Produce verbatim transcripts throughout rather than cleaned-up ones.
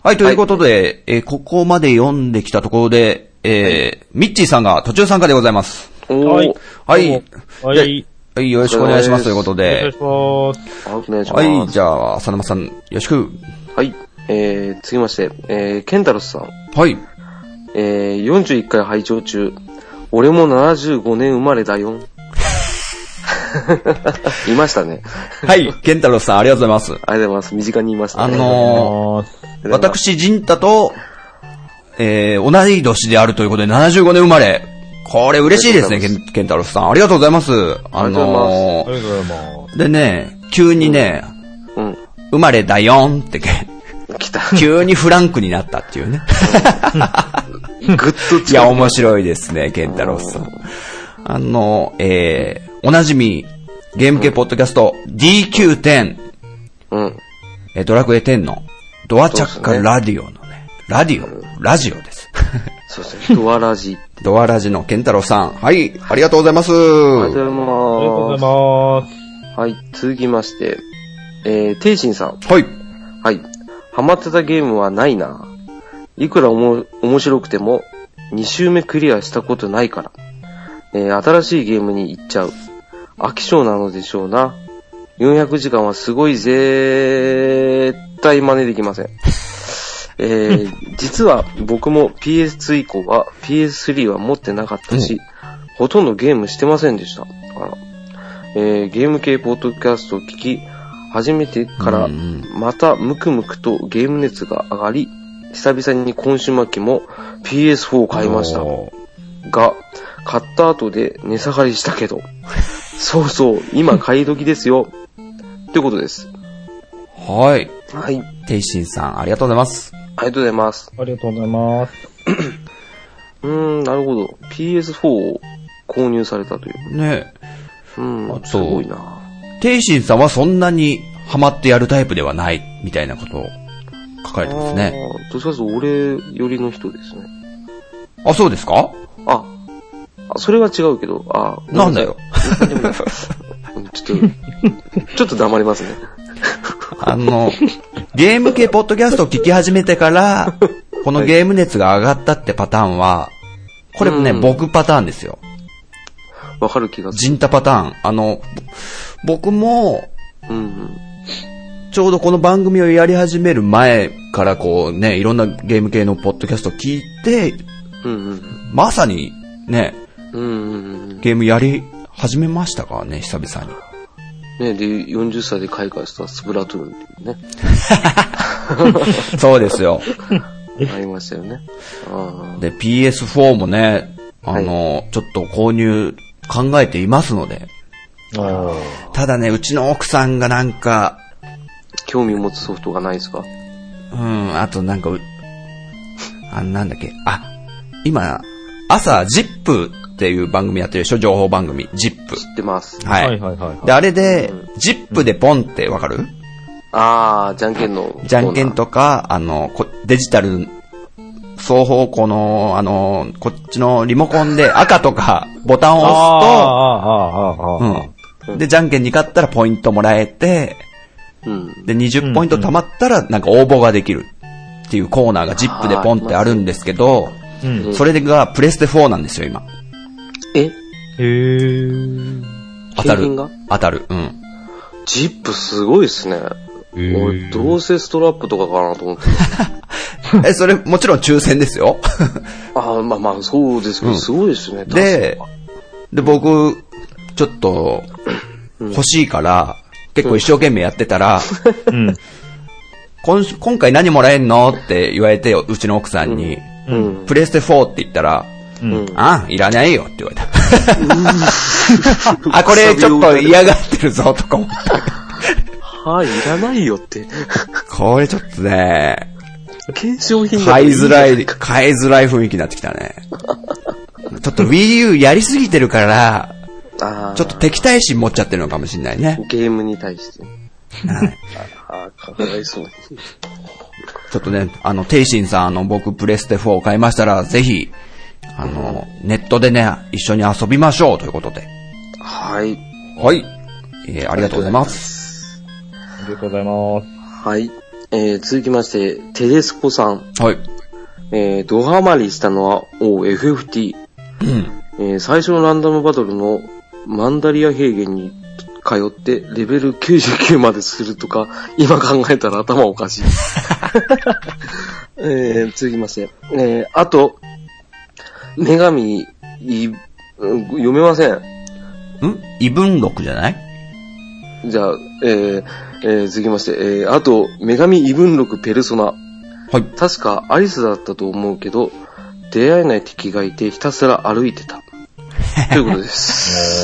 はい、ということで、はい、えー、ここまで読んできたところで、えー、はい、ミッチーさんが途中参加でございます。 はい。 はい。 はい。 はい、よろしくお願いしますということで。 お願いします。 お願いします。 はい、じゃあ、浅沼さん、よろしく。 はい。えー、続きまして、えー、ケンタロスさん。 はい。 えー、よんじゅういっかい拝聴中。俺もななじゅうごねん生まれだよ。いましたね。 はい、ケンタロスさん、ありがとうございます。 ありがとうございます。身近にいましたね。 あのー、私、ジンタと、えー、同い年であるということで、ななじゅうごねん生まれ。これ嬉しいですね、ケン、ケンタロスさん。ありがとうございます。あのー、 ありがとうございます。 でね、急にね、 うん。 生まれだよんって来た。 急にフランクになったっていうね。 ぐっと近い。 いや、面白いですね、ケンタロスさん。あの、えー、おなじみ、ゲーム系ポッドキャスト、ディーキューテン。 うん。 え、ドラクエテンの、ドアチャッカラディオのね、ラディオ、うん、ラジオです。 そうですね、ドアラジ。 ドアラジのケンタロウさん。はい、ありがとうございます。 ありがとうございます。ありがとうございます。 はい、続きまして、えー、テイシンさん。 はい。 はい。ハマってたゲームはないな。いくらおも、面白くても、に周目クリアしたことないから。えー、新しいゲームに行っちゃう。飽き性なのでしょうな。よんひゃくじかんはすごい絶対真似できません。えー、実は僕も ピーエスツー 以降は ピーエススリー は持ってなかったし、うん、ほとんどゲームしてませんでした。あら、えー、ゲーム系ポッドキャストを聞き始めてからまたムクムクとゲーム熱が上がり、久々に今週末も ピーエスフォー を買いましたが、買った後で値下がりしたけど、そうそう、今買い時ですよ。ということです。 はい。 はい。 テイシンさん、ありがとうございます。 ありがとうございます。 ありがとうございます。 うーん、なるほど。ピーエスフォー を購入されたという。 ねえ。うん、すごいな。 テイシンさんはそんなにハマってやるタイプではないみたいなことを書かれてますね。 あ、どっちかというと俺寄りの人ですね。 あ、そうですか？ あ、あそれは違うけど、あ、 なんだよ。 ちょっと、ちょっと黙りますね。 あの、ゲーム系ポッドキャストを聞き始めてから、このゲーム熱が上がったってパターンは、これもね、うん、僕パターンですよ。 わかる気がする。 ジンタパターン。あの、僕も、 うんうん、 ちょうどこの番組をやり始める前からこうね、いろんなゲーム系のポッドキャストを聞いて、 うんうん、 まさにね、 うんうんうん、 ゲームやり始めましたからね、久々に。 ね、で、よんじゅっさいで開花したスプラトゥーンっていうね。 そうですよ。 ありましたよね。あで、ピーエスフォー もね、あの、はい、ちょっと購入考えていますので。 あただね、うちの奥さんがなんか、 興味を持つソフトがないですか？ うん、あとなんか、あ、なんだっけ、あ、今、朝、ジップっていう番組やってるでしょ？情報番組、ジップ。 知ってます。 はい。 はいはいはい、はい。 で、あれで、うん、ジップでポンってわかる？ あー、じゃんけんの。 じゃんけんとか、あの、デジタル、双方向の、あの、こっちのリモコンで赤とかボタンを押すと、 あーあーあーあー、 うん。で、じゃんけんに勝ったらポイントもらえて、 うん、 で、にじゅうポイント貯まったら、なんか応募ができるっていうコーナーがジップでポンってあるんですけど、うん、それがプレステフォーなんですよ、今。 え？ へー。 当たる。当たる。うん。 ジップすごいっすね。俺、どうせストラップとかかなと思って。 え、それもちろん抽選ですよ。 ああ、まあまあ、そうですけど、うん、すごいですね。 で、で、僕、ちょっと、欲しいから、うん、結構一生懸命やってたら、うん、今, 今回何もらえんのって言われて、うちの奥さんに、うん、プレステフォーって言ったら、うん、あ、いらないよって言われた。あ、これちょっと嫌がってるぞとか思った。 はい、いらないよって。 これちょっとね、 検証品買いづらい、買いづらい雰囲気になってきたね。ちょっと Wii U やりすぎてるから、あちょっと敵対心持っちゃってるのかもしれないね。 ゲームに対して。 はい。 ああ、かわいそうに。 ちょっとね、あの、テイシンさん、あの、僕プレステフォーを買いましたら、ぜひ、あの、うん、ネットでね、一緒に遊びましょうということで。 はい。 はい。えー、ありがとうございます。 ありがとうございます。 はい。 えー、続きまして、テレスコさん。 はい。 えー、ドハマりしたのは、お エフエフティー。うん。えー、最初のランダムバトルのマンダリア平原に通ってレベルきゅうじゅうきゅうまでするとか、今考えたら頭おかしい。えー、続きまして。えー、あと、女神、い、読めません。 ん異文録じゃない？ じゃあ、えー、えー、続きまして、えー、あと、女神異文録ペルソナ。はい。確かアリスだったと思うけど、出会えない敵がいてひたすら歩いてた。ということです。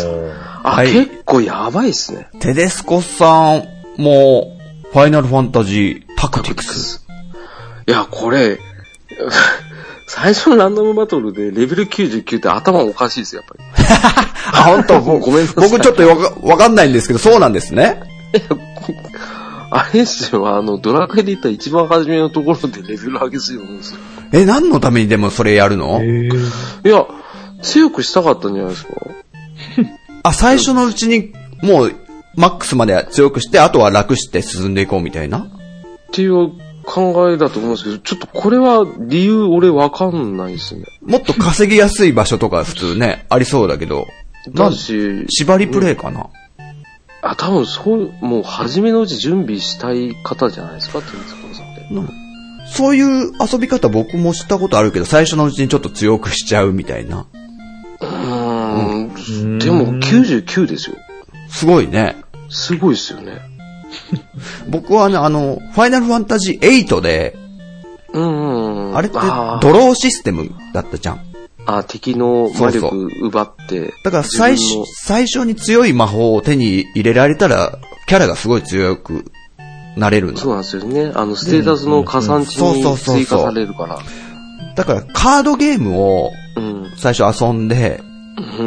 あ、はい、結構やばいっすね。 テデスコさんも、ファイナルファンタジータクティクス。 いや、これ、最初のランダムバトルでレベルきゅうじゅうきゅうって頭おかしいですよ、やっぱり。 あ、本当もうごめんなさい。僕ちょっとわか、わかんないんですけど、そうなんですね。 あれですよ、あの、ドラクエで言った一番初めのところでレベル上げするんですよ。 え、何のためにでもそれやるの？ いや、強くしたかったんじゃないですか。 あ、最初のうちに、もう、マックスまで強くして、あとは楽して進んでいこうみたいなっていう考えだと思うんですけど、ちょっとこれは理由俺わかんないですね。 もっと稼ぎやすい場所とか普通ね、ありそうだけど。 だし、 縛りプレイかな、うん、 あ、多分そう、もう初めのうち準備したい方じゃないですか、テニスコさんって。 うん、そういう遊び方僕もしたことあるけど、最初のうちにちょっと強くしちゃうみたいな。 うーん、でもきゅうじゅうきゅうですよ。 すごいね。 すごいですよね。 僕はね、あの、ファイナルファンタジーエイトで、 うんうん、 あれってドローシステムだったじゃん。 あ、敵の魔力奪って。そうそうだから最初、最初に強い魔法を手に入れられたら、キャラがすごい強くなれるんだ。 そうなんですよね。あの、ステータスの加算値に追加されるから。 だからカードゲームを最初遊んで、うん、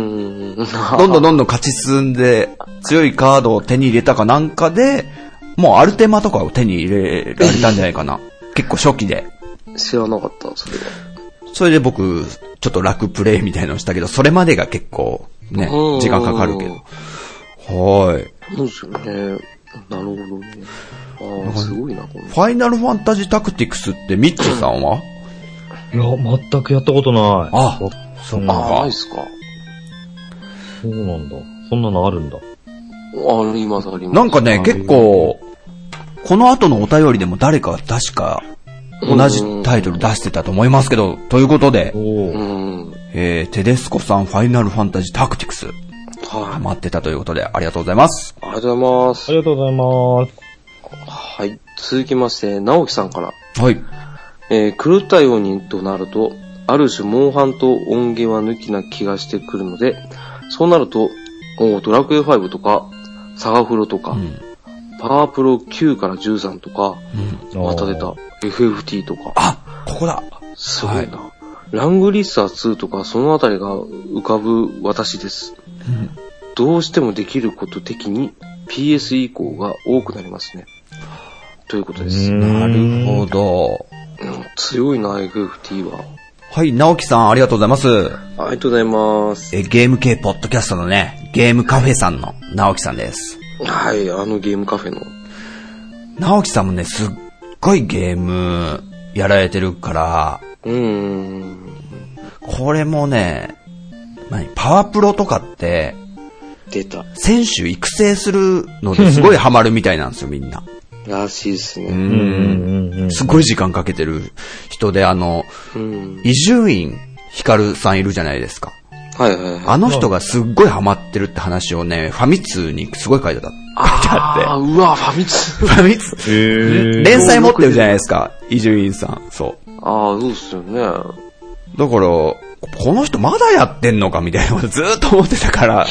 どんどんどんどん勝ち進んで、強いカードを手に入れたかなんかで、もうアルテマとかを手に入れられたんじゃないかな。結構初期で。 知らなかった、それは。 それで僕、ちょっと楽プレイみたいなのをしたけど、それまでが結構ね、時間かかるけど。はーい。そうですよね。なるほどね。ああ、すごいな、これ。 ファイナルファンタジータクティクスってミッツさんはいや、全くやったことない。 あ、 そうなんだ。あ、ないっすか。 そうなんだ。そんなのあるんだ。 あります、あります。 なんかね、結構、この後のお便りでも誰か確か同じタイトル出してたと思いますけど、ということで、えー、テデスコさんファイナルファンタジータクティクス、はい、ハマってたということでありがとうございます。 ありがとうございます。 ありがとうございます。 はい、続きまして、直樹さんから。 はい。 えー、狂ったようにとなると、ある種モンハンと音源は抜きな気がしてくるので、そうなると、ドラクエファイブとか、サガフロとか、うん、パワープロきゅうからじゅうさんとか、うん、また出た エフエフティー とか。 あ、ここだ。 すごいな。はい、ラングリッサーツーとかそのあたりが浮かぶ私です。うん、どうしてもできること的に ピーエス 以降が多くなりますね。ということです。 なるほど。 うん、強いな、エフエフティー は。 はい、直樹さんありがとうございます。 ありがとうございます。 え、ゲーム系ポッドキャストのね、ゲームカフェさんの直樹さんです。 はい、あのゲームカフェの。 直樹さんもね、すっごいゲームやられてるから、 うーん。 これもね、何、パワープロとかって、 出た。 選手育成するのですごいハマるみたいなんですよ、みんな。 らしいですね。うーん。すごい時間かけてる人で、あの、伊集院光さんいるじゃないですか。 はいはいはい。 あの人がすっごいハマってるって話をね、ファミ通にすごい書いてた。書いてあって。 あうわ、ファミ通。 ファミ通。へー。連載持ってるじゃないですか、伊集院さん。そう。 ああ、そうっすよね。だから、この人まだやってんのかみたいなことずーっと思ってたから。ああ。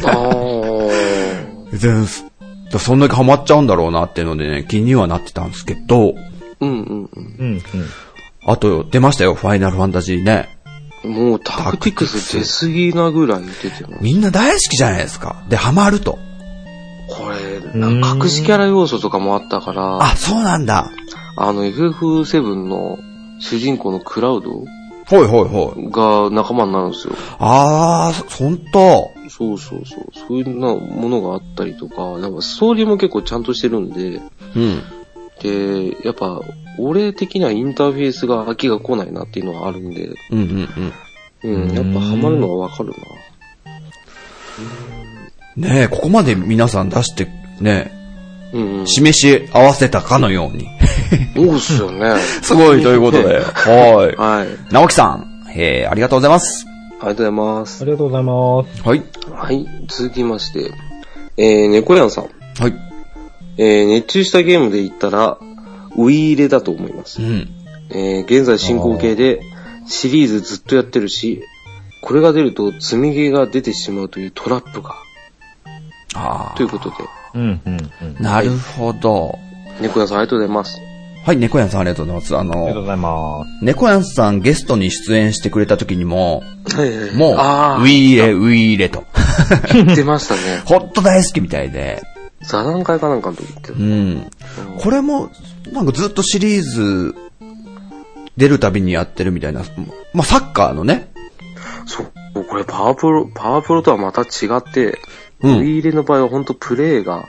全そんだけハマっちゃうんだろうなっていうのでね、気にはなってたんですけど。 うんうんうん。うんうん。 あと、出ましたよ、ファイナルファンタジーね。 もうタクティクス出すぎなぐらい出てます。 みんな大好きじゃないですか。で、ハマると。 これ、なんか隠しキャラ要素とかもあったから。 あ、そうなんだ。 あの エフエフセブン の主人公のクラウドほいほいほい。 が仲間になるんですよ。 あー、ほんと。 そうそうそう。そういうなものがあったりとか、なんかストーリーも結構ちゃんとしてるんで、 うん。 で、やっぱ、俺的にはインターフェースが飽きが来ないなっていうのはあるんで、 うんうんうん。うん、やっぱハマるのはわかるな。 ねえ、ここまで皆さん出して、ねえ、 うんうん、 示し合わせたかのように。 そうっすよね。 すごい、ということで。はい。 はい。 直樹さん、えー、ありがとうございます。 ありがとうございます。 ありがとうございます。 はい。 はい、続きまして、えー、猫やんさん。 はい。 えー、熱中したゲームで言ったら、ウイイレだと思います。 うん。 えー、現在進行形で、シリーズずっとやってるし、これが出ると積みゲーが出てしまうというトラップが。 ああ。 ということで。 うんうんうん。 なるほど。 猫やんさんありがとうございます。 はい、猫やんさんありがとうございます。あの、 ありがとうございます。 猫やんさんゲストに出演してくれた時にも、 はいはい、 もう、 あウィーレ、ウィーレと。 言ってましたね。 ほんと大好きみたいで。 座談会かなんかの時言ってた。 うん。これも、なんかずっとシリーズ、出るたびにやってるみたいな。まあ、サッカーのね。 そう。これパワープロ、パワープロとはまた違って、 うん、 ウィーレの場合はほんとプレイが、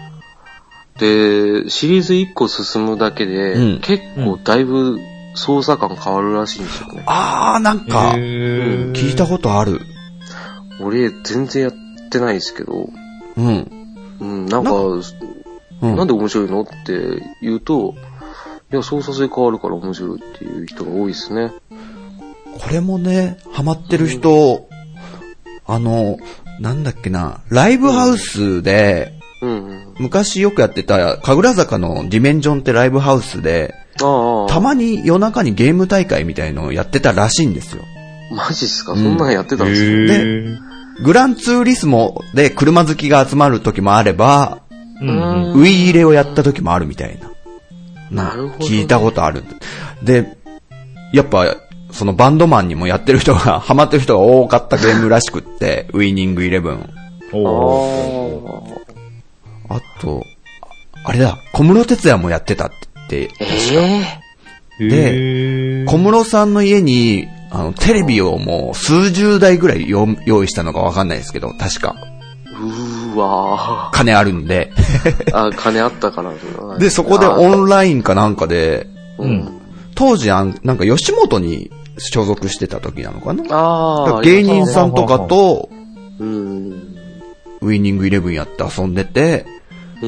で、シリーズいっこ進むだけで、うん、結構だいぶ操作感変わるらしいんですよね。 あー、なんか、聞いたことある。 俺、全然やってないですけど、 うん。 うん、なんか、な, うん、なんで面白いのって言うと、いや、操作性変わるから面白いっていう人が多いですね。 これもね、ハマってる人、うん、あの、なんだっけな、ライブハウスで、 うんうん、 昔よくやってた、神楽坂のディメンジョンってライブハウスで、 ああたまに夜中にゲーム大会みたいのをやってたらしいんですよ。 マジっすか、うん、そんなんやってたんですよ。 で、グランツーリスモで車好きが集まる時もあれば、うん、ウィーレをやった時もあるみたいな。 なるほど、ね。 聞いたことある。で、やっぱ、そのバンドマンにもやってる人が、ハマってる人が多かったゲームらしくって、ウィニングイレブン。あと、あれだ、小室哲哉もやってたって、確か。 えー、 で、小室さんの家に、あの、テレビをもう数十台ぐらい用意したのかわかんないですけど、確か。 うーわー。 金あるんで。 あ、金あったから。 で、そこでオンラインかなんかで、 うん、 当時あん、なんか吉本に所属してた時なのかな。 あ芸人さんとかと、 うん、 ウィニングイレブンやって遊んでて、 うん、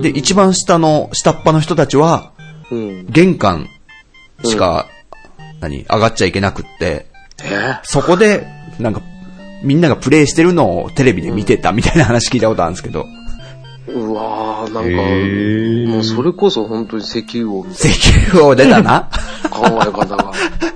で、一番下の、下っ端の人たちは、 うん、 玄関しか、うん、何、上がっちゃいけなくって、 えー、 そこで、なんか、みんながプレイしてるのをテレビで見てたみたいな話聞いたことあるんですけど。 うわー、なんか、もうそれこそ本当に石油王みたいな。 石油王出たな考え方が。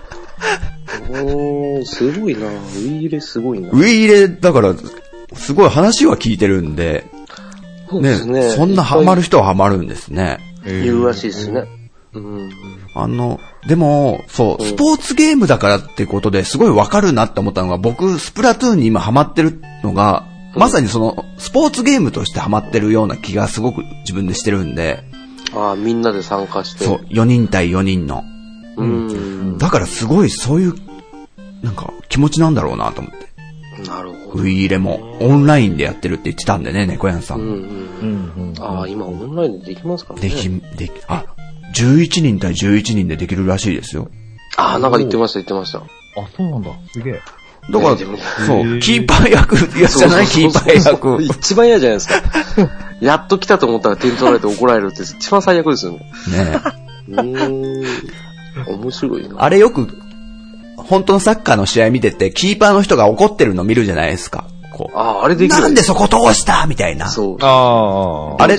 おー、すごいな。ウィーレすごいな。 ウィーレ、だから、すごい話は聞いてるんで、 そうですね。 そんなハマる人はハマるんですね。 言うらしいですね。うん、 あの、でも、そう、スポーツゲームだからってことですごいわかるなって思ったのが、僕、スプラトゥーンに今ハマってるのが、うん、まさにその、スポーツゲームとしてハマってるような気がすごく自分でしてるんで。 ああ、みんなで参加して。 そう、よにん対よにんの。 うん。 だからすごいそういう、なんか気持ちなんだろうなと思って。 なるほど。 ウイイレもオンラインでやってるって言ってたんでね、猫やんさん。 うんうんうん。ああ、今オンラインでできますからね。 でき、でき、あ、じゅういちにん対じゅういちにんでできるらしいですよ。 ああ、なんか言ってました言ってました。あ、 そうなんだ。すげえ。 だから、そう、キーパー役、嫌じゃないキーパー役。 一番嫌じゃないですか。やっと来たと思ったら点取られて怒られるって一番最悪ですよね。 ねえ。うーん。面白いな。 あれよく、本当のサッカーの試合見てて、キーパーの人が怒ってるの見るじゃないですか。こう。 ああ、あれできる。 なんでそこ通したみたいな。 そう。 ああ。あれって、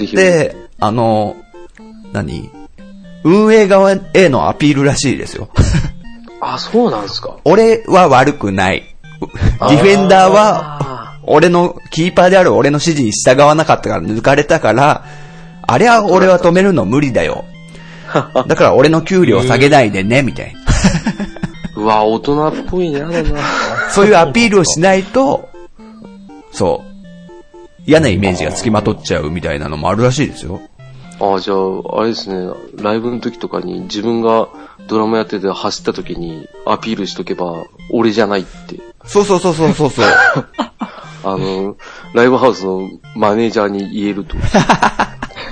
あの、何運営側へのアピールらしいですよ。 あ、そうなんですか。 俺は悪くない。ディフェンダーは、俺の、キーパーである俺の指示に従わなかったから抜かれたから、あれは俺は止めるの無理だよ。だから俺の給料下げないでね、みたいな。 うわ、大人っぽいね、やだな。 そういうアピールをしないと、そう、嫌なイメージがつきまとっちゃうみたいなのもあるらしいですよ。 ああ、じゃあ、あれですね、ライブの時とかに自分がドラマやってて走った時にアピールしとけば、俺じゃないって。 そうそうそうそうそうそう。 あの、ライブハウスのマネージャーに言えると。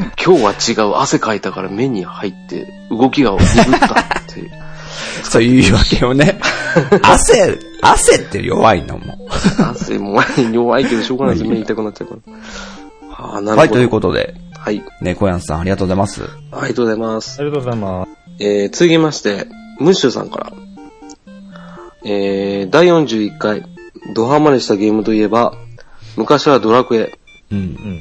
今日は違う。汗かいたから目に入って動きが鈍ったっていう。 そういうわけよね。汗、汗って弱いのも。 汗も弱いけどしょうがないです。目痛くなっちゃうから。はあ、なるほど。 はい、ということで。 はい。 ね、小山さんありがとうございます。 ありがとうございます。 ありがとうございます。 えー、続きまして、ムッシュさんから。えー、だいよんじゅういっかい、ドハマりしたゲームといえば、昔はドラクエ。うん。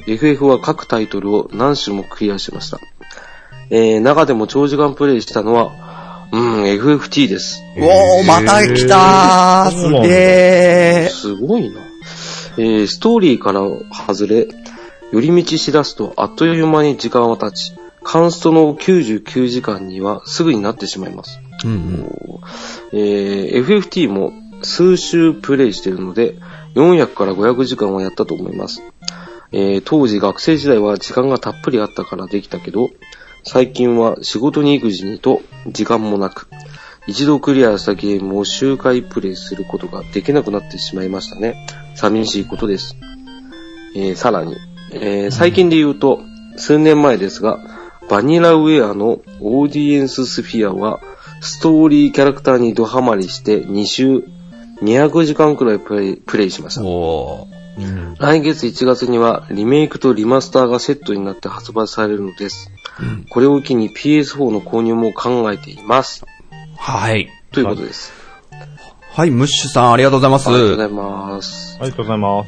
エフエフ は各タイトルを何種もクリアしました。えー、中でも長時間プレイしたのは、うん、エフエフティー です。 おー、また来たー、すげー。 すごいな。えー、ストーリーから外れ、寄り道しだすとあっという間に時間は経ち、カンストのきゅうじゅうきゅうじかんにはすぐになってしまいます。うんうん、えー、エフエフティー も数週プレイしているので、よんひゃくからごひゃくじかんはやったと思います。えー、当時学生時代は時間がたっぷりあったからできたけど、最近は仕事に育児にと時間もなく、一度クリアしたゲームを周回プレイすることができなくなってしまいましたね。寂しいことです。えー、さらに、えー、最近で言うと、数年前ですが、バニラウェアのオーディエンススフィアは、ストーリーキャラクターにドハマりしてに週、にひゃくじかんくらいプレイ、プレイしました。おー。うん、来月いちがつにはリメイクとリマスターがセットになって発売されるのです。うん、これを機に ピーエスフォー の購入も考えています。 はい。 ということです。 はい、ムッシュさんありがとうございます。 ありがとうございます。 ありがとうございます。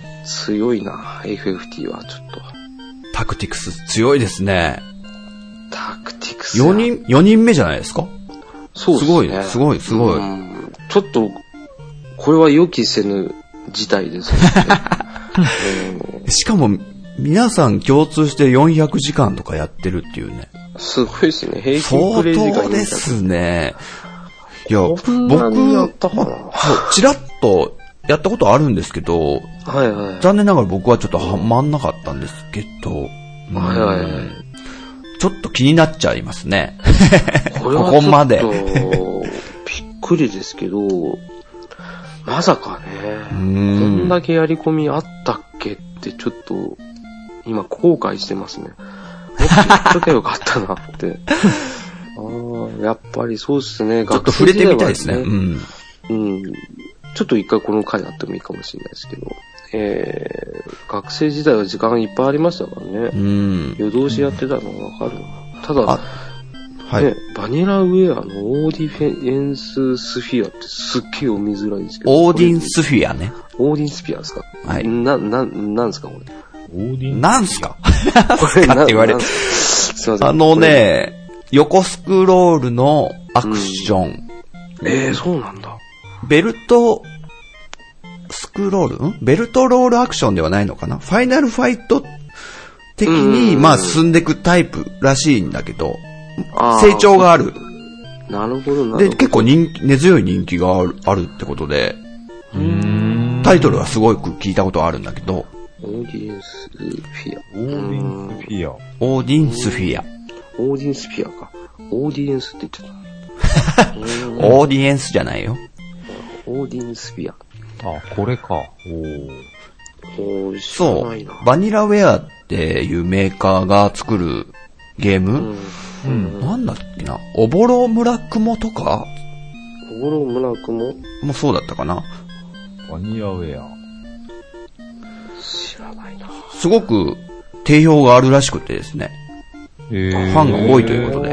強いな、エフエフティー はちょっと。 タクティクス強いですね。 タクティクス。 よにん、よにんめじゃないですか？ そうですね。 すごい、すごい、すごい。 ちょっと、これは予期せぬ事態ですよね。 しかも、皆さん共通してよんひゃくじかんとかやってるっていうね。 すごいですね。平均プレイ時間相当ですね。いや、僕、 やったかな。 そう、ちらっとやったことあるんですけど、 はいはい。 残念ながら僕はちょっとはまんなかったんですけど、 はいはいはい。 ちょっと気になっちゃいますね。 これはここまで。 びっくりですけど、まさかね、こんだけやり込みあったっけってちょっと今後悔してますね。もっとやっとけばよかったなって。ああ、やっぱりそうですね。 ちょっと触れてみたいですね。うん。 うん。ちょっと一回この回やってもいいかもしれないですけど、えー、学生時代は時間いっぱいありましたからね。うん。夜通しやってたのがわかるな。ただ、はい、ね、バニラウェアのオーディエンススフィアってすっげえ読みづらいですけど。 オーディンスフィアね。 オーディンスフィアですか？はい。な、な、なんですかこれ。 オーディンなんすかこれなんて言われる。すいません。あのね、横スクロールのアクション。うん、 ええー、そうなんだ。 ベルト、スクロールんベルトロールアクションではないのかな？ファイナルファイト的に、まあ進んでいくタイプらしいんだけど、成長がある。 なるほどなるほど。 で、結構人気、根強い人気がある、あるってことで、うーんタイトルはすごく聞いたことあるんだけど、 オーディエンスフィア。 オーディンスフィア。 オーディンスフィア。 オーディンスフィアか。オーディエンスって言ってた。 オーディエンスじゃないよ。 オーディンスフィア。 あ、これか。おおそう。バニラウェアっていうメーカーが作るゲーム、うんうん、なんだっけな。おぼろ村雲とかおぼろ村雲もそうだったかな。 バニラウェア。 知らないな。 すごく定評があるらしくてですね。ファンが多いということで。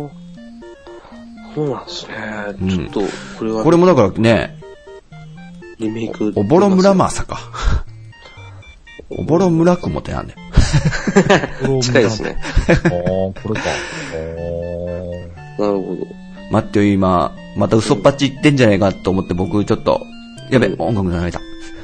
そうなんですね。うん、ちょっと、これは。 これもだからね、 リメイク。 おぼろ村正か。おぼろ村雲ってなんだよ。 近いですね。 ああ、これか。 なるほど。 待ってよ、今、また嘘っぱち言ってんじゃないかと思って僕ちょっと、やべ、音楽流れた。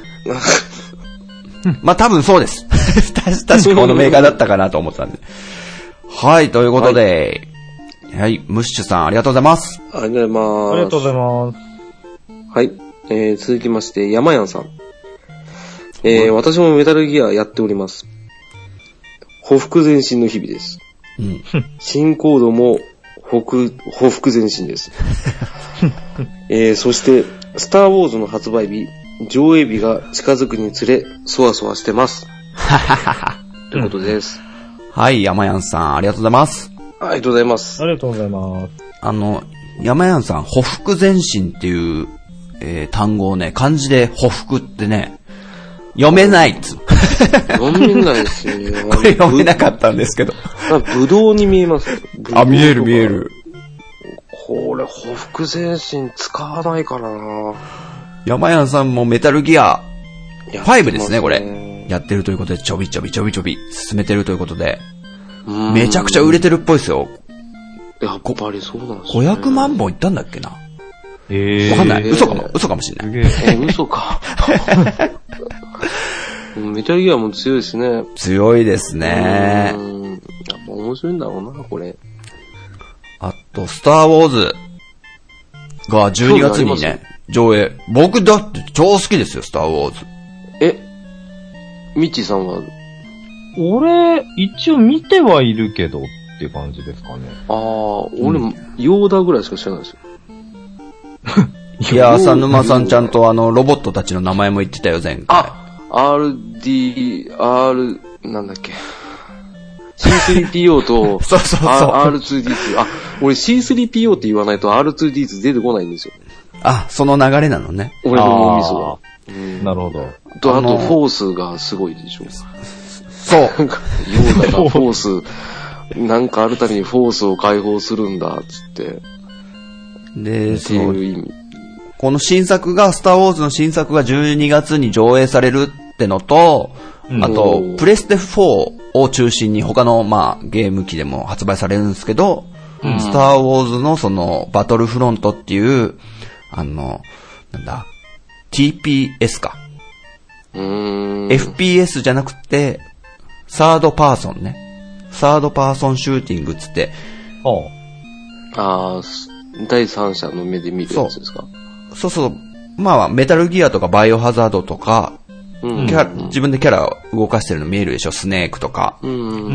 まあ、多分そうです。確かこのメーカーだったかなと思ってたんで。はい、ということで、はい、はい、ムッシュさんありがとうございます。 ありがとうございます。 ありがとうございます。 はい、えー、続きまして、山やんさん。えー、私もメタルギアやっております。ほふく前進の日々です。うん。新コードも、ほく、ほふく前進です。えー、そして、スターウォーズの発売日、上映日が近づくにつれ、そわそわしてます。ということです。 はい、山やんさん、ありがとうございます。 ありがとうございます。 ありがとうございます。 あの、山やんさん、ほふく前進っていう、えー、単語をね、漢字でほふくってね、読めないっつ。 読めないですよね。 これ読めなかったんですけど。 ぶどうに見えます。 あ、見える見える。 これ、ほふく前進使わないからな。 山やんさんもメタルギアごですね、これ。やってるということで、ちょびちょびちょびちょび進めてるということで、めちゃくちゃ売れてるっぽいですよ。 やっぱりそうなんですね。 ごひゃくまんぼんいったんだっけな。 えー、 わかんない。嘘かも、嘘かもしれない。 えー、嘘か。メタルギアも強いですね。 強いですね。 うん。やっぱ面白いんだろうな、これ。 あと、スターウォーズがじゅうにがつにね、上映。僕だって超好きですよ、スターウォーズ。 え、ミッチーさんは？ 俺、一応見てはいるけどっていう感じですかね。 ああ、俺、うん、ヨーダぐらいしか知らないですよ。 いや、浅沼さんちゃんとあの、ロボットたちの名前も言ってたよ、前回。 あ、アールディー、R、なんだっけ。シースリーピーオー と、 そうそうそう。 アールツーディーツー。あ、俺 シースリーピーオー って言わないと アールツーディーツー 出てこないんですよ。 あ、その流れなのね。 俺の脳みそは。 うん、なるほど。 と、あと、フォースがすごいでしょ。 そう。 ヨーダがフォース、なんかあるたびにフォースを解放するんだ、つって。 で、 っていう意味。 この新作が、スターウォーズの新作がじゅうにがつに上映されるってのと、うん、あと、プレステフォーを中心に他の、まあ、ゲーム機でも発売されるんですけど、うん、スターウォーズのその、バトルフロントっていう、あの、なんだ、ティーピーエス か。 うーんエフピーエス じゃなくて、サードパーソンね。サードパーソンシューティングっつって。 ああ、第三者の目で見るやつですか？ そうそうそう。まあ、メタルギアとかバイオハザードとか、うん、キャラ自分でキャラを動かしてるの見えるでしょ、スネークとか。 うんうん、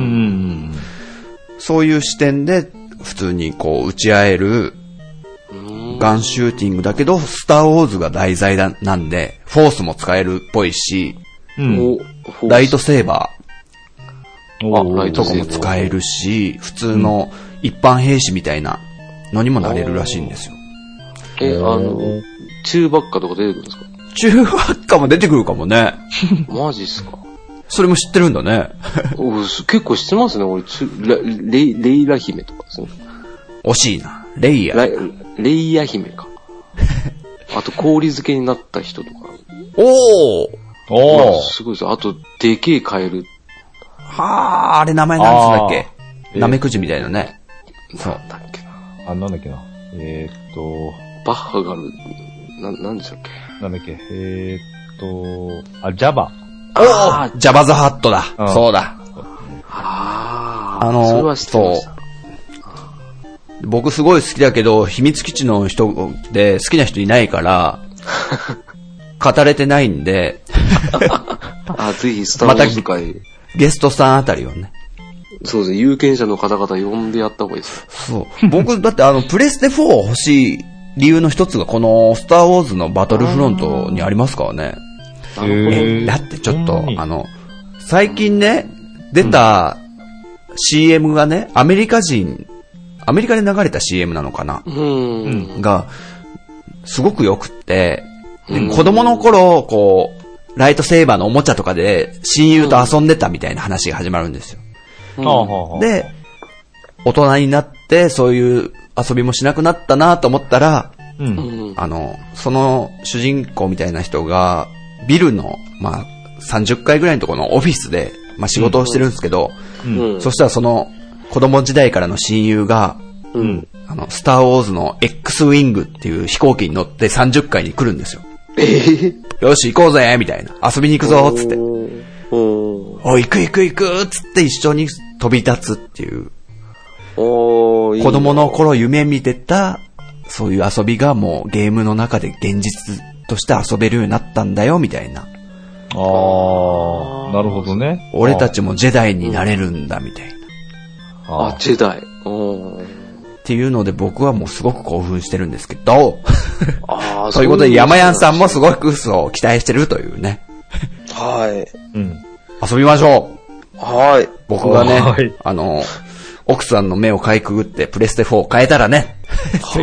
そういう視点で、普通にこう、打ち合える、ガンシューティングだけど、スターウォーズが題材だなんで、フォースも使えるっぽいし、うん、ライトセーバーライトとかも使えるし、普通の一般兵士みたいなのにもなれるらしいんですよ。 え、あの、チューバッカとか出てくるんですか？ チューバッカも出てくるかもね。 マジっすか？ それも知ってるんだね。 結構知ってますね、俺、レイ、レイラ姫とかですね。 惜しいな。レイヤ。 レイヤ姫か。あと、氷漬けになった人とか。 おーおーすごいです。あと、でけえカエル。 はー、あれ名前なんつうんだっけ？ナメクジみたいなね。 そう。なんだっけな。 あ、なんだっけな。えーっと、 バッハがある、な、なんでしたっけ？ なんだっけえーっと、あ、ジャバ。 あー、ジャバザハットだ。 うん、 そうだ。 あー。 あの、 それは知ってました。 僕すごい好きだけど、秘密基地の人で好きな人いないから、語れてないんで、 あ、ぜひスターウォーズ会、 ま、ゲストさんあたりをね。 そうですね、有権者の方々呼んでやった方がいいです。 そう。僕、だってあの、プレステフォー欲しい理由の一つがこのスターウォーズのバトルフロントにありますからね。 なるほど。 え、だってちょっと、あの、最近ね、出た シーエム がね、アメリカ人、アメリカで流れた シーエム なのかな、 うん、 が、すごく良くって、で子供の頃、こう、ライトセーバーのおもちゃとかで親友と遊んでたみたいな話が始まるんですよ。 うん、 で、大人になってそういう遊びもしなくなったなと思ったら、 うん、 あの、その主人公みたいな人が、ビルの、まあ、さんじゅっかいぐらいのところのオフィスで、まあ仕事をしてるんですけど、 うんうん、 そしたらその、子供時代からの親友が、 うん、 あの、スターウォーズの X ウィングっていう飛行機に乗ってさんじゅっかいに来るんですよ。 えー、 よし行こうぜみたいな。遊びに行くぞつって。 おおい行く行く行くつって一緒に飛び立つっていう。 おいい子供の頃夢見てた、そういう遊びがもうゲームの中で現実として遊べるようになったんだよみたいな。 ああ、なるほどね。 俺たちもジェダイになれるんだみたいな。 あ、ジェダイ。おっていうので僕はもうすごく興奮してるんですけど。 あということで山やんさんもすごく嘘を期待してるというね。 はい。 うん。 遊びましょう。はい。 僕がね、はい、あの、奥さんの目をかいくぐってプレステフォーを変えたらね。 本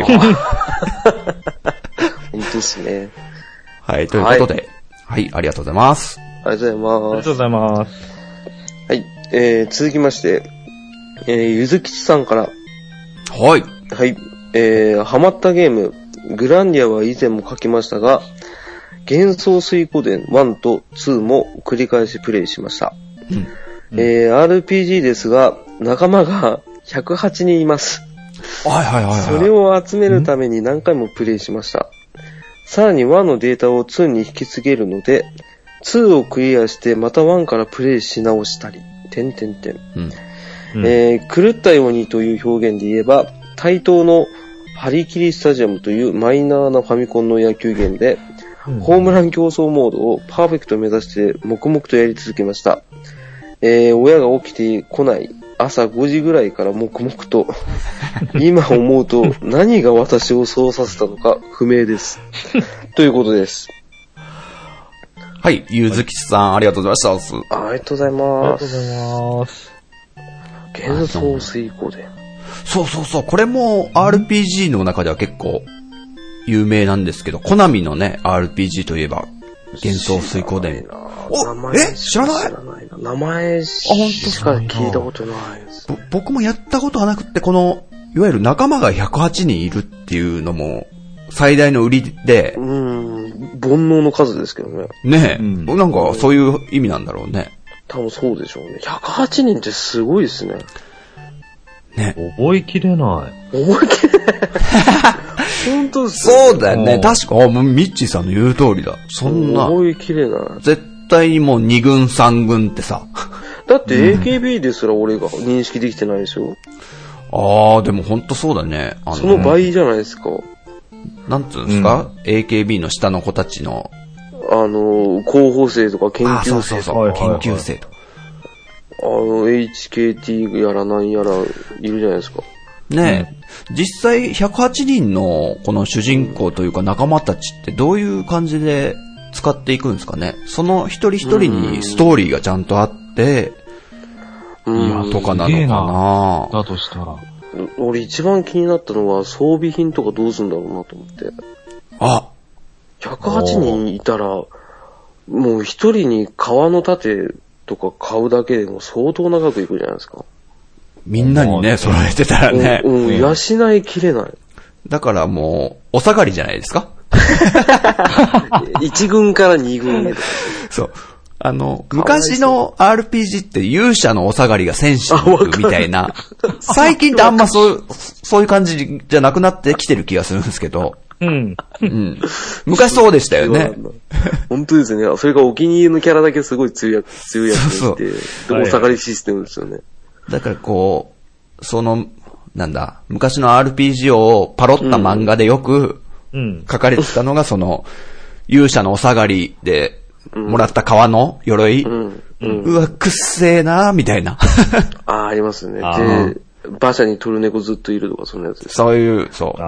当ですね。 はい、ということで、はい、はい、ありがとうございます。 ありがとうございます。 ありがとうございます。 はい、えー、続きまして、えー、ゆずきちさんから。 はい。 はい、えー、ハマったゲーム、グランディアは以前も書きましたが、幻想水湖伝ワンとツーも繰り返しプレイしました。うんうん、えー、アールピージー ですが、仲間がひゃくはちにんいます。 はいはいはい、はい。 それを集めるために何回もプレイしました。さらにワンのデータをツーに引き継げるので、ツーをクリアしてまたワンからプレイし直したり、点点点。うんうん、えー、狂ったようにという表現で言えば、対等のハリキリスタジアムというマイナーなファミコンの野球ゲームで、うん、ホームラン競争モードをパーフェクト目指して黙々とやり続けました。えー、親が起きてこない朝ごじぐらいから黙々と、今思うと何が私をそうさせたのか不明です。ということです。 はい、ゆずきちさん、ありがとうございました。 ありがとうございます。 ありがとうございます。 幻想水湖伝。 そうそうそう、これも アールピージー の中では結構有名なんですけど、コナミのね、アールピージー といえば、幻想水湖伝。お、え知らない？ 知らないな。名前しか聞いたことないです、ね。 僕もやったことはなくて、この、いわゆる仲間がひゃくはちにんいるっていうのも、最大の売りで。 うーん、煩悩の数ですけどね。 ねえ、うん、なんかそういう意味なんだろうね。 多分そうでしょうね。ひゃくはちにんってすごいですね。 ね。 覚えきれない。 覚えきれない。本当ですね。そうだよね。確か、もうミッチーさんの言う通りだ。そんな。 覚えきれない。 絶対にもうに軍さん軍ってさ。 だって エーケービー ですら俺が認識できてないですよ。 あー、でもほんとそうだね。 あのその倍じゃないですか。 なんつうんですか、うん、エーケービー の下の子たちの。 あの、候補生とか研究生とか。 そうそうそう、研究生と。 あの、エイチケーティー やらなんやらいるじゃないですか。 ねえ、うん、実際ひゃくはちにんのこの主人公というか仲間たちってどういう感じで使っていくんですかね。その一人一人にストーリーがちゃんとあって、いや、とかなのかな。だとしたら。 俺一番気になったのは装備品とかどうするんだろうなと思って。 あひゃくはちにんいたら、もう一人に革の盾とか買うだけでも相当長くいくじゃないですか。 みんなにね、揃えてたらね。 うん、うん、養いきれない。 だからもう、お下がりじゃないですかいち軍からに軍へ。 そう。あの、昔の アールピージー って勇者のお下がりが戦士みたいな。最近ってあんまそう、そういう感じじゃなくなってきてる気がするんですけど。 うん。 うん。昔そうでしたよね。 本当ですね。それがお気に入りのキャラだけすごい強いやつ、強いやつにして、そうそうで、お下がりシステムですよね。 だからこう、その、なんだ、昔の アールピージー をパロった漫画でよく書かれてたのが、その、勇者のお下がりでもらった革の鎧。うんうん、うわ、くっせーなーみたいな。 ああ、ありますね。で、馬車にトルネコずっといるとかそんなやつです、ね。 そういう、そう。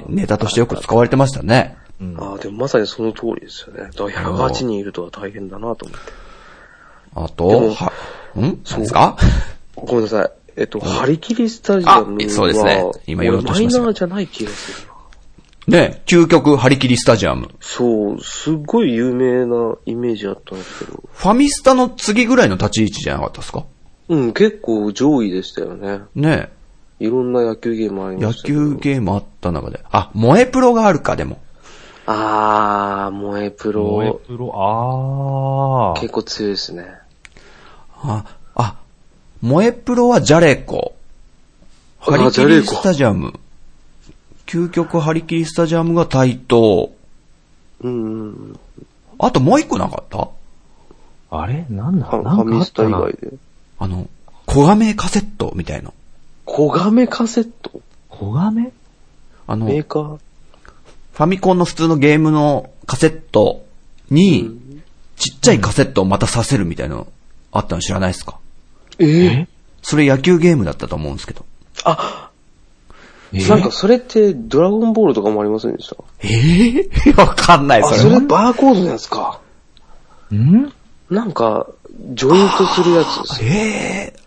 ネタとしてよく使われてましたね。 うん、ああ、でもまさにその通りですよね。だからひゃくはちにんいるとは大変だなと思って。 あと、は、んそうですかごめんなさい。えっと、張り切りスタジアムは、 そうですね。今言おうとしました。 マイナーじゃない気がするな。 ね、究極張り切りスタジアム。 そう、すっごい有名なイメージあったんですけど。 ファミスタの次ぐらいの立ち位置じゃなかったですか？ うん、結構上位でしたよね。 ねいろんな野球ゲームありましたけど。 野球ゲームあった中で。あ、萌えプロがあるか、でも。 あー、萌えプロ。 萌えプロ、あー。 結構強いですね。 あ、あ、萌えプロはジャレコ。張り切りスタジアム。究極張り切りスタジアムが対等。 うん。 あともう一個なかった？ あれなんだファミスタ以外で。 あの、小亀カセットみたいな。 小亀カセット？ 小亀？ あの、メーカー？ ファミコンの普通のゲームのカセットに、うん、ちっちゃいカセットをまたさせるみたいなのあったの知らないですか？ えー、 それ野球ゲームだったと思うんですけど。 あ、えー、なんかそれってドラゴンボールとかもありませんでした？ えぇ、ー、わかんない、 それ。あ、それバーコードのやつか。 ん？ なんか、ジョイントするやつです。 えぇ、ー、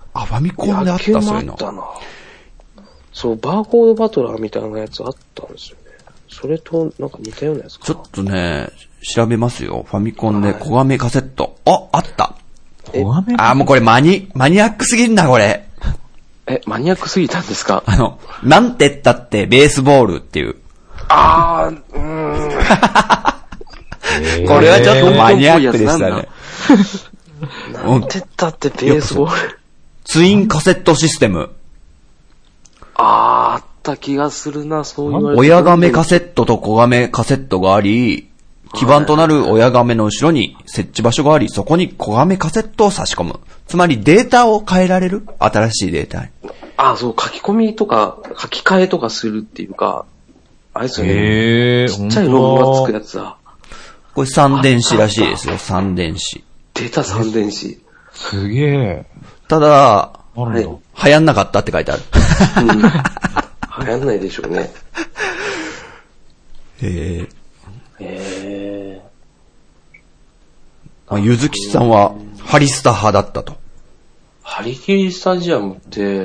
あ、ファミコンであった、そういうの。 野球もあったな。そう、バーコードバトラーみたいなやつあったんですよね。それとなんか似たようなやつか。 ちょっとね、調べますよ。ファミコンで小亀カセット。あ、あった。 小亀あ、もうこれマニ、マニアックすぎんな、これ。 え、マニアックすぎたんですか？ あの、なんて言ったってベースボールっていう。 あー、うーん。 これはちょっとマニアックでしたね。 なんて言ったってベースボール。 ツインカセットシステム。 あー、あった気がするな、そういう。 親亀カセットと小亀カセットがあり、基盤となる親亀の後ろに設置場所があり、そこに小亀カセットを差し込む。つまりデータを変えられる？新しいデータに。 あ、そう、書き込みとか、書き換えとかするっていうか、あれですよね。 へー、 ちっちゃいログがつくやつだ。 これ三電子らしいですよ、三電子。 データ三電子。 すげえ。 ただ、 あるんだ。 はい流行んなかったって書いてある。 うん。流行んないでしょうね。 へー。 へまあ、ゆずきちさんはハリスタ派だったと。 ハリキリスタジアムって、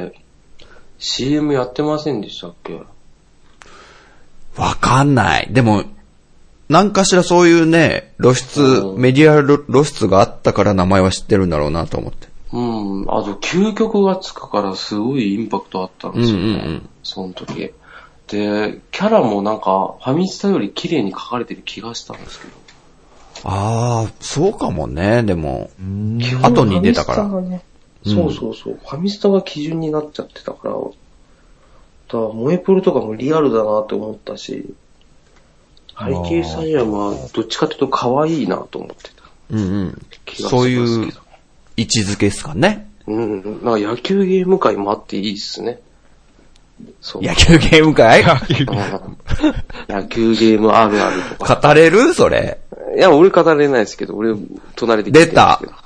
シーエム やってませんでしたっけ？ わかんない。でも、何かしらそういうね、露出、 うんメディア露出があったから名前は知ってるんだろうなと思って。 うん。あと、究極がつくからすごいインパクトあったんですよね。 うんうんうん。 その時。で、キャラもなんか、ファミスタより綺麗に描かれてる気がしたんですけど。 ああ、そうかもね、でも。 基本後に出たからファミスタがね、そうそうそう。ファミスタが基準になっちゃってたから、だからモエプロとかもリアルだなって思ったし、ハリキリスタジアムはどっちかというと可愛いなと思ってた。 うんうん。 気がしますけど。 そういう位置づけですかね。 うん。なんか野球ゲーム界もあっていいっすね。そう。 野球ゲームかいうん野球ゲームあるあるとか。 語れるそれ。 いや、俺語れないですけど、俺、隣で聞いてるんですけど。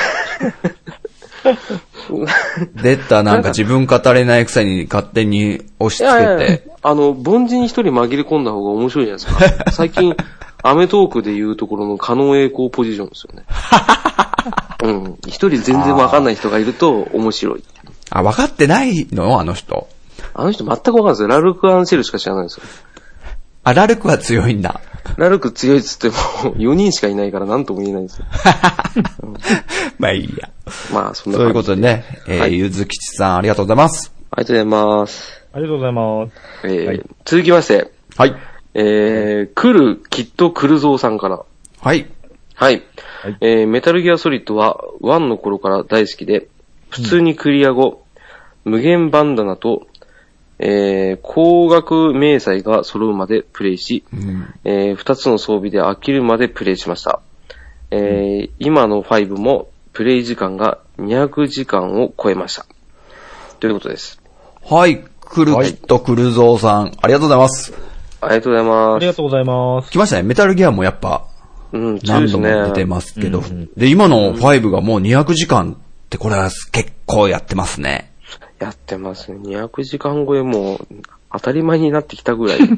出た、なんか自分語れないくせに勝手に押し付けいやいやいやて。 あの、凡人一人紛れ込んだ方が面白いじゃないですか。最近、アメトークで言うところの可能栄光ポジションですよね。うん。一人全然わかんない人がいると面白い。 あ、分かってないのあの人。 あの人全くわかんないですよ。ラルク・アンシェルしか知らないですよ。 あ、ラルクは強いんだ。 ラルク強いっつっても、よにんしかいないから何とも言えないですよ。 まあいいや。 まあ、そんな感じで。 そういうことでね、えーはいゆずきちさんありがとうございます。 ありがとうございます。 ありがとうございます。 えーはい続きまして、 はい。 えー、来る、きっと来るぞうさんから。 はい。 はい。 はいえー、メタルギアソリッドはワンの頃から大好きで、普通にクリア後、無限バンダナと、えー、高額明細が揃うまでプレイし、 うん、 えー、二つの装備で飽きるまでプレイしました。えー、今のファイブもプレイ時間がにひゃくじかんを超えました。ということです。 はい。くるきっとくるぞうさん、ありがとうございます。 ありがとうございます。 ありがとうございます。 来ましたね。メタルギアもやっぱ、 うん、強いです何度もね。 出てますけど。 うんうんで、今のファイブがもうにひゃくじかんってこれは結構やってますね。 やってますね。にひゃくじかん超えもう当たり前になってきたぐらい。うん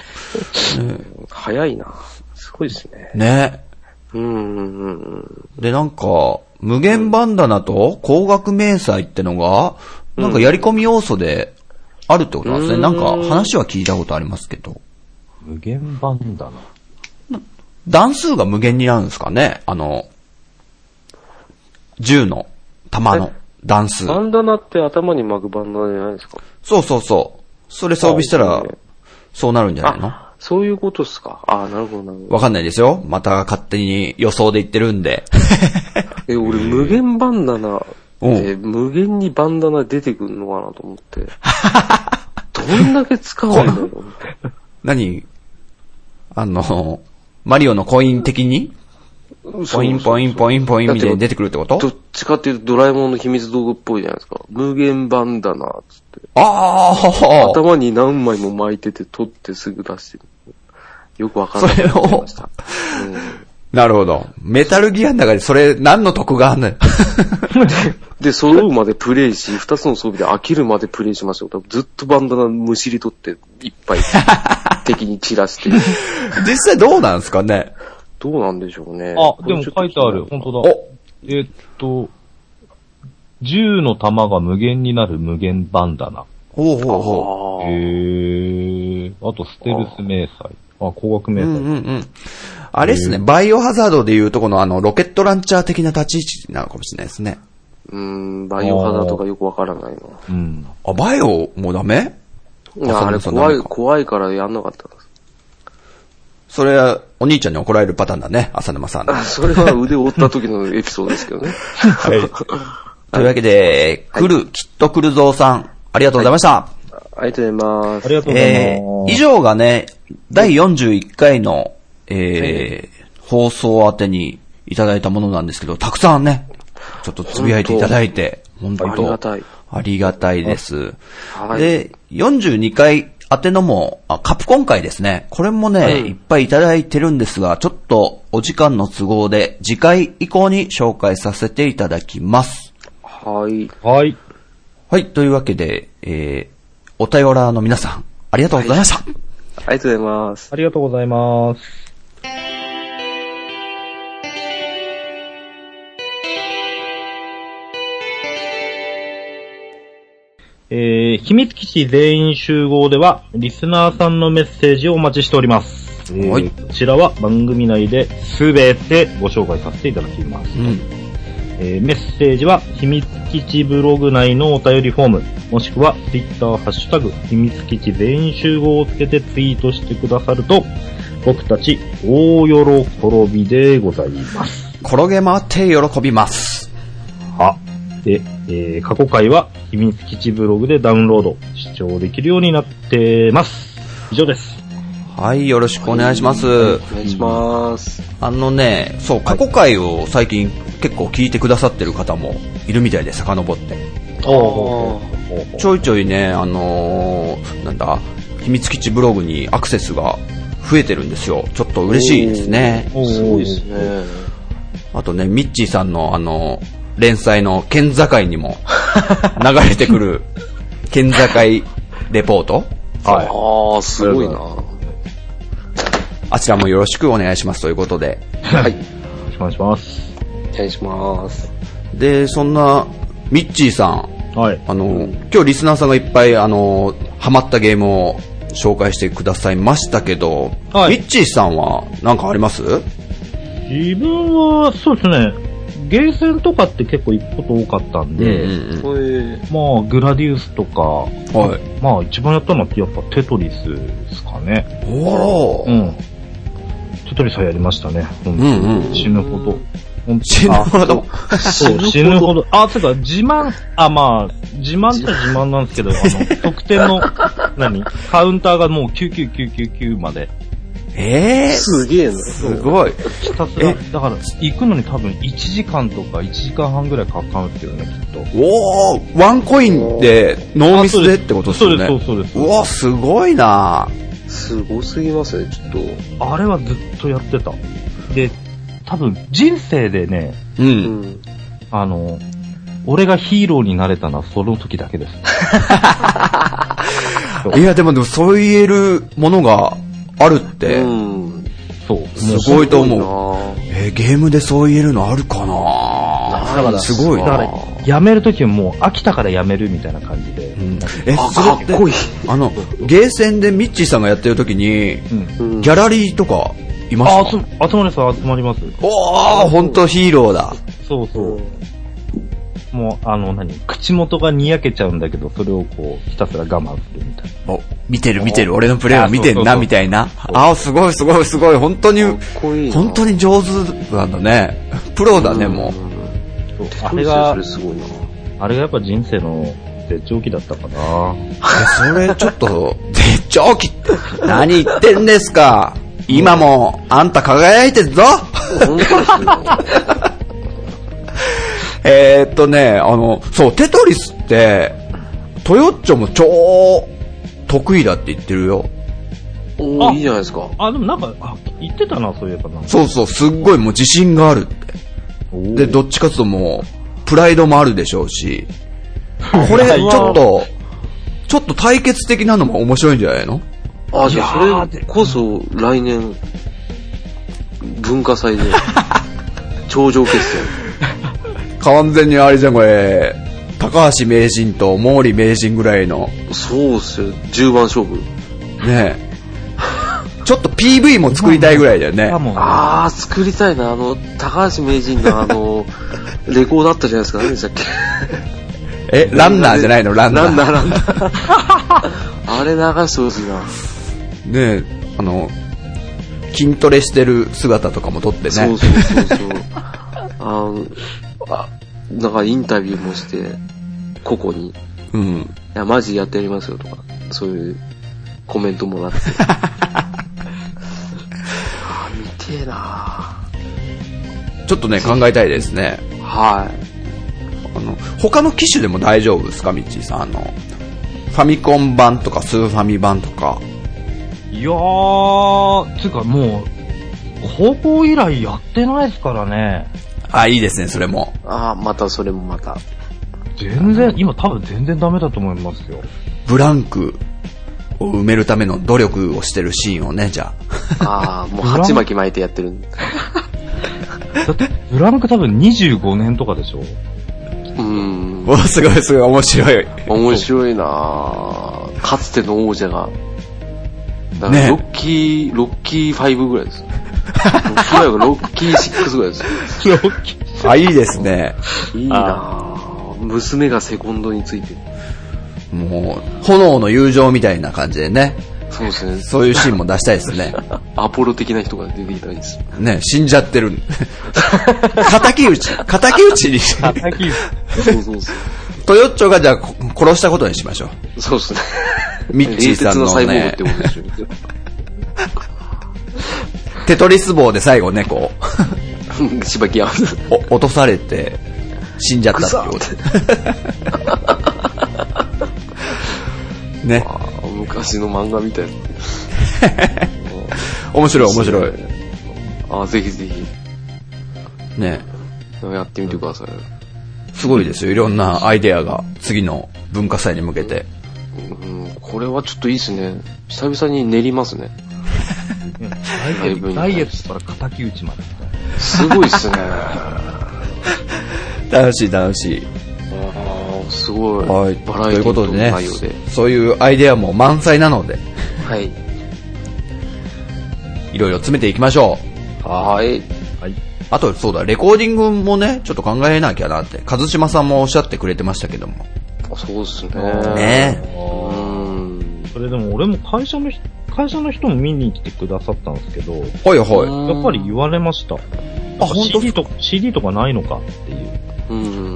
早いな。すごいですね。 ね。 うんうんうんで、なんか、無限バンダナと高額明細ってのが、なんかやり込み要素であるってことなんですね。 うんなんか話は聞いたことありますけど。 無限バンダナ。 段数が無限になるんですかねあの、銃の弾の段数。 バンダナって頭に巻くバンダナじゃないですか。 そうそうそう。それ装備したらあいいね、 そうなるんじゃないのあ、そういうことっすか。あなるほどなるほど。 わかんないですよ。また勝手に予想で言ってるんで。 え、俺無限バンダナうんで無限にバンダナ出てくるのかなと思って。どんだけ使うんだろうって。 何あの、マリオのコイン的にポインポインポインポインみたいに出てくるってことどっちかっていうとドラえもんの秘密道具っぽいじゃないですか。無限バンダナっつって。 ああ頭に何枚も巻いてて取ってすぐ出してる。よくわかんない。 それをなるほど。メタルギアの中でそれ何の得があんのよ。 で、揃うまでプレイし、二つの装備で飽きるまでプレイしますよ。多分ずっとバンダナむしり取っていっぱい敵に散らして。 実際どうなんですかねどうなんでしょうね。 あ、でも書いてある。本当だ。 おえっと、 銃の弾が無限になる無限バンダナ。 ほうほうほあーへー。あと、ステルス迷彩。あ、光学迷う。う彩。 んうんうん。あれですね、バイオハザードでいうとこのあの、ロケットランチャー的な立ち位置なのかもしれないですね。 うーん、バイオハザードがよくわからないな。 うん。 あ、バイオもダメ？ いや、あれそう怖い、 なんか怖いからやんなかったんです。 それは、お兄ちゃんに怒られるパターンだね、浅沼さん。 あそれは腕を折った時のエピソードですけどね。 はい。というわけで、来る、きっと来るぞうさん、ありがとうございました。 ありがとうございます。 ありがとうございます。 えー、以上がね、だいよんじゅういっかいの、えー、放送宛てにいただいたものなんですけど、たくさんね、ちょっとつぶやいていただいて、本当ありがたい。 ありがたいです。 はい。 で、よんじゅうにかい宛てのも、あ、カプコン会ですね。これもね、 うんいっぱいいただいてるんですが、ちょっとお時間の都合で次回以降に紹介させていただきます。 はい。 はい。 はい、というわけで、えー、お便らの皆さん、ありがとうございました。 ありがとうございます。 ありがとうございます。えー、秘密基地全員集合では、リスナーさんのメッセージをお待ちしております。えーはいこちらは番組内で全てご紹介させていただきます。 うん。 えーメッセージは秘密基地ブログ内のお便りフォーム、もしくはツイッターハッシュタグ秘密基地全員集合をつけてツイートしてくださると、僕たち大喜びでございます。 転げ回って喜びます。 は。で、えー過去回は秘密基地ブログでダウンロード、視聴できるようになってます。以上です。 はい、よろしくお願いします。 お願いします。 あのね、そう、過去回を最近結構聞いてくださってる方もいるみたいで、遡って。 おちょいちょいね、あのー、なんだ、秘密基地ブログにアクセスが増えてるんですよ。ちょっと嬉しいですね。 おーすごいですね。 あとね、ミッチーさんのあの、連載の県境にも流れてくる県境レポート。 はい。 ああ、すごいな。 あちらもよろしくお願いしますということで。 はい。 よろしくお願いします。 お願いします。 で、そんな、ミッチーさん、 はい。 あの、今日リスナーさんがいっぱい、あの、ハマったゲームを紹介してくださいましたけど、 はいミッチーさんは何かあります？ 自分は、そうですね、ゲーセンとかって結構行くこと多かったんで、 うんうんこれ、 まあ、グラディウスとか、 はい。 まあ、一番やったのはやっぱテトリスですかね。 おー。 うん。テトリスはやりましたね。本当にうんうん死ぬほど。本当に死ぬほど。 あそう、死ぬほど。あ、つうか、自慢、あ、まあ、自慢っちゃ自慢なんですけど、あの、得点の、何カウンターがもうきゅうきゅうきゅうきゅうきゅうまで。 えー、 すげえな。 すごい。 ひたすら、だから、行くのに多分いちじかんとかいちじかんはんぐらいかかるんですけどね、きっと。 おー、ワンコインで、ノーミスでってことですよね。 そうです、そうです。そうですうわ、すごいなすごすぎますね、ちょっと。 あれはずっとやってた。で、多分人生でね、 う。 うんん。 あの、俺がヒーローになれたのはその時だけです。 いや、でも、でもそう言えるものがあるって、 うん。 そう。 すごいと思う。 う。 えーゲームでそう言えるのあるかなだからすごいなだから、やめる時はもう飽きたからやめるみたいな感じで。 うんえ、 あ、 それってかっこいい。 あの、ゲーセンでミッチーさんがやってる時に、 うん。 うんギャラリーとかいまあ、 したそう、集まります、集まります。 おー、ほんとヒーローだ。 そうそう。もう、あの、何口元がにやけちゃうんだけど、それをこう、ひたすら我慢するみたいな。 お、見てる見てる、俺のプレイを見てんな、 あそうそうそうみたいな。あー、すごいすごいすごい、本当に、 かっこいいな。 本当に上手なんだね。プロだね、もう。 そうテあれがトリスそれ、すごいな。 あれがやっぱ人生の絶頂期だったかな。 え、それちょっと、絶頂期って、何言ってんですか。今も、あんた輝いてるぞ。 本当ですよ。 えーっとね、あの、そう、テトリスって、トヨッチョも超得意だって言ってるよ。 おあーいいじゃないですか。 あ、でもなんか、あ、言ってたな、そういえばな。 そうそう、すっごいもう自信があるって。 おで、どっちかというともう、プライドもあるでしょうし、これ、ちはいょっと、ちょっと対決的なのも面白いんじゃないの？ あ、じゃいやーあそれこそ来年、文化祭で、頂上決戦。 完全にあれじゃん、これ、 高橋名人と毛利名人ぐらいの。 そうっすよ。じゅうばん勝負。 ねえ。ちょっと ピーブイ も作りたいぐらいだよね。 あー、作りたいな。あの、高橋名人のあの、レコードあったじゃないですか。何でしたっけ。 え、ランナーじゃないのランナー。 ランナー、ランナー。あれ流してほしいな。 ねえ、あの、筋トレしてる姿とかも撮ってね。 そうそうそうそう。あの、あ、なんかインタビューもして、個々に。 うん。 いや、マジやってやりますよとか、そういうコメントもらって。あ、見てえな。 ちょっとね、考えたいですね。 はい。 あの、他の機種でも大丈夫ですか、ミッチーさん。あの、ファミコン版とかスーファミ版とか。 いやー、つうかもう、高校以来やってないですからね。 あ、いいですね、それも。 あ、またそれもまた。 全然、今多分全然ダメだと思いますよ。 ブランクを埋めるための努力をしてるシーンをね、じゃあ。ああ、もう鉢巻き巻いてやってる。 だって、ブランク多分にじゅうごねんとかでしょ。 うーん。 お、すごいすごい面白い。 面白いなぁ。かつての王者が。だからロッキー、ね、ロッキーファイブぐらいです。ロッキーファイブ、ロッキーシックスぐらいです。 ロッキー。 あ、いいですね。 いいなぁ。娘がセコンドについて。 もう、炎の友情みたいな感じでね。 そうですね。 そういうシーンも出したいですね。 アポロ的な人が出てきたいです。 ね、死んじゃってる。敵討ち、敵討ちにして。 敵討ち。 そうそうそう。 トヨッチョがじゃあ殺したことにしましょう。 そうですね。 ミッチーさんのね。 冷徹なサイボーグってことでしょ。 テトリス棒で最後ね、こう。しばき合う。 お、落とされて、死んじゃったってこと。ね。 昔の漫画みたいな。 面白い面白い。 あ、ぜひぜひ。 ね。 やってみてください。 すごいですよ。いろんなアイデアが次の文化祭に向けて。 うん、これはちょっといいですね。久々に練りますね。 ダイエットから敵討ちまで。 すごいっすね。 楽しい楽しい。 ああ、すごい。 はい。 バラエティーの内容で、 ね。そういうアイデアも満載なので。 はい。 いろいろ詰めていきましょう。はい。 はい。 あと、そうだ、レコーディングもね、ちょっと考えなきゃなって、和島さんもおっしゃってくれてましたけども。 そうっすね。 ねえ。うん。それでも俺も会社の、会社の人も見に来てくださったんですけど。 はいはい。 やっぱり言われました。あ、本当 シーディー と、シーディー とかないのかっていう。 うん。うん、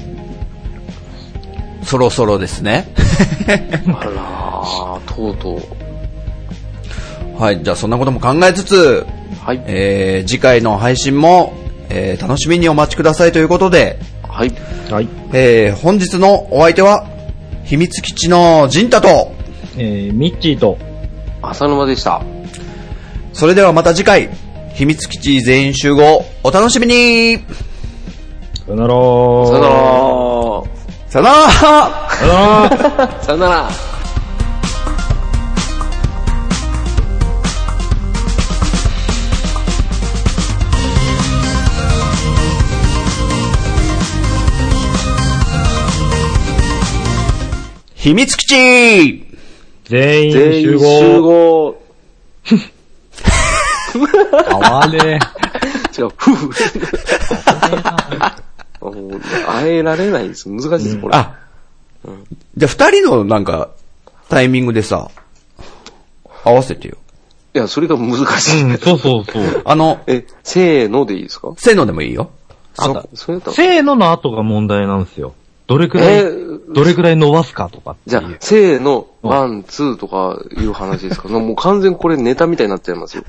そろそろですね。 あらー、とうとう。はい、じゃあそんなことも考えつつ、 はい。 えー、次回の配信も、えー、楽しみにお待ちくださいということで、 はい。 はい。 えー、本日のお相手は、秘密基地のジンタと、 えー、ミッチーと、 浅沼でした。 それではまた次回、秘密基地全員集合、お楽しみに。 さよなら。 さよなら。 さよなら。 さよなら。 さよなら。 秘密基地全員集合。 集合。 あわね違う、ふふ。会えられないです。難しいです、これ。 あ、うん、じゃあ二人のなんか、タイミングでさ、合わせてよ。 いや、それが難しい。 うん、そうそうそう。 あの、 え、せーのでいいですか？ せーのでもいいよ。 あ、それだせーのの後が問題なんですよ。どれくらい、えー、どれくらい伸ばすかとかっていう。 じゃあ、せーの、ワン、ツーとかいう話ですか？もう完全これネタみたいになっちゃいますよ。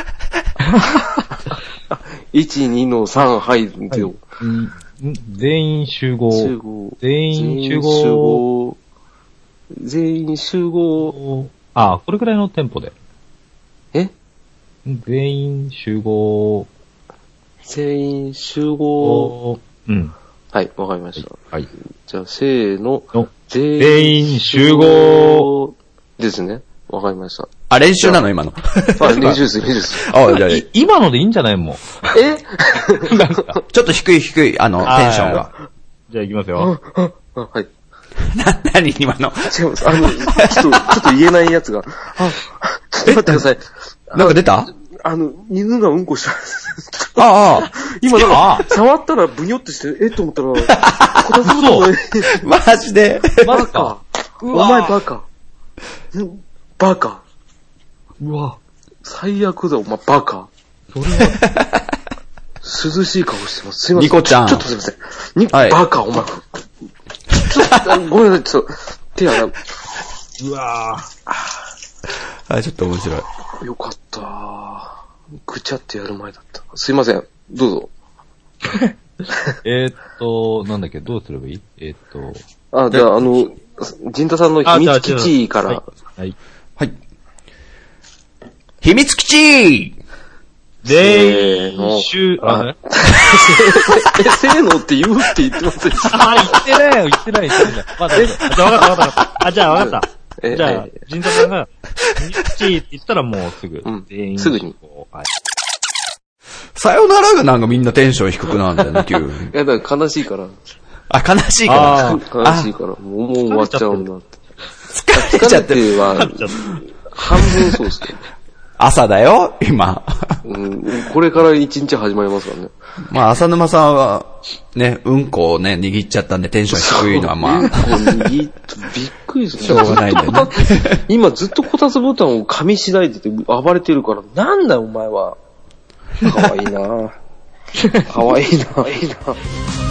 いち、にのさん、はい、ってよ。 全員集合。 集合。 全員集合。 全員集合。 ああ、これくらいのテンポで。 え？ 全員集合。 全員集合。 うん。 はい、わかりました。 はい。 じゃあ、せーの。 全員集合ですね。わかりました。 あ、練習なの今の。 あ、練習です、練習です。 あ、じゃあ、 今のでいいんじゃないもん。 えちょっと低い低い、あの、テンションが。 じゃあ行きますよ。 あ、はい。 な、何今の。 違います。あの、ちょっと、ちょっと言えないやつが。あ、ちょっと待ってください。 なんか出たあの、犬がうんこした。 ああ。 今なんか、触ったらブニョってして、えっと思ったら、こたつ布団が、 マジで。 バカ。お前バカ。バカ。 うわ。 最悪だ、お前バカ。 それは。 涼しい顔してます。すいません。 ニコちゃん。 ちょっとすいません。ニコ、 はい、 バカ、お前。ちょっと、ごめんなさい、ちょっと、手洗う。 うわぁ。あ、ちょっと面白い。 よかったー。ぐちゃってやる前だった。すいません。どうぞ。 えっと、なんだっけ、どうすればいいえー、っと。あ、じゃあ、あの、陣太さんの秘密基地から。はい。 はい。はい、秘密基地練習、 あ、え、せーのって言うって言ってませんでした。 あ、言ってないよ、言ってない、言ってない。まだ、じゃあ、わかった、わかった。あ、じゃあ、わかった。じゃあ、陣太さんが、秘密基地って言ったらもうすぐ。 うん。すぐに。 さよならがなんかみんなテンション低くなるんだよね、急に。いや、だから悲しいから。 あ、悲しいから。 悲しいから。もう終わっちゃうんだって。 疲れちゃってる。 は、半分そうですね。 朝だよ、今。 うん、これから一日始まりますからね。 まあ、浅沼さんは、ね、うんこをね、握っちゃったんでテンション低いのはまあ。 うんこ握っびっくりする。 しょうがないんだよね。 今ずっとこたつボタンを噛みしないでて暴れてるから、なんだよお前は。かわいいなかわいいな。いいな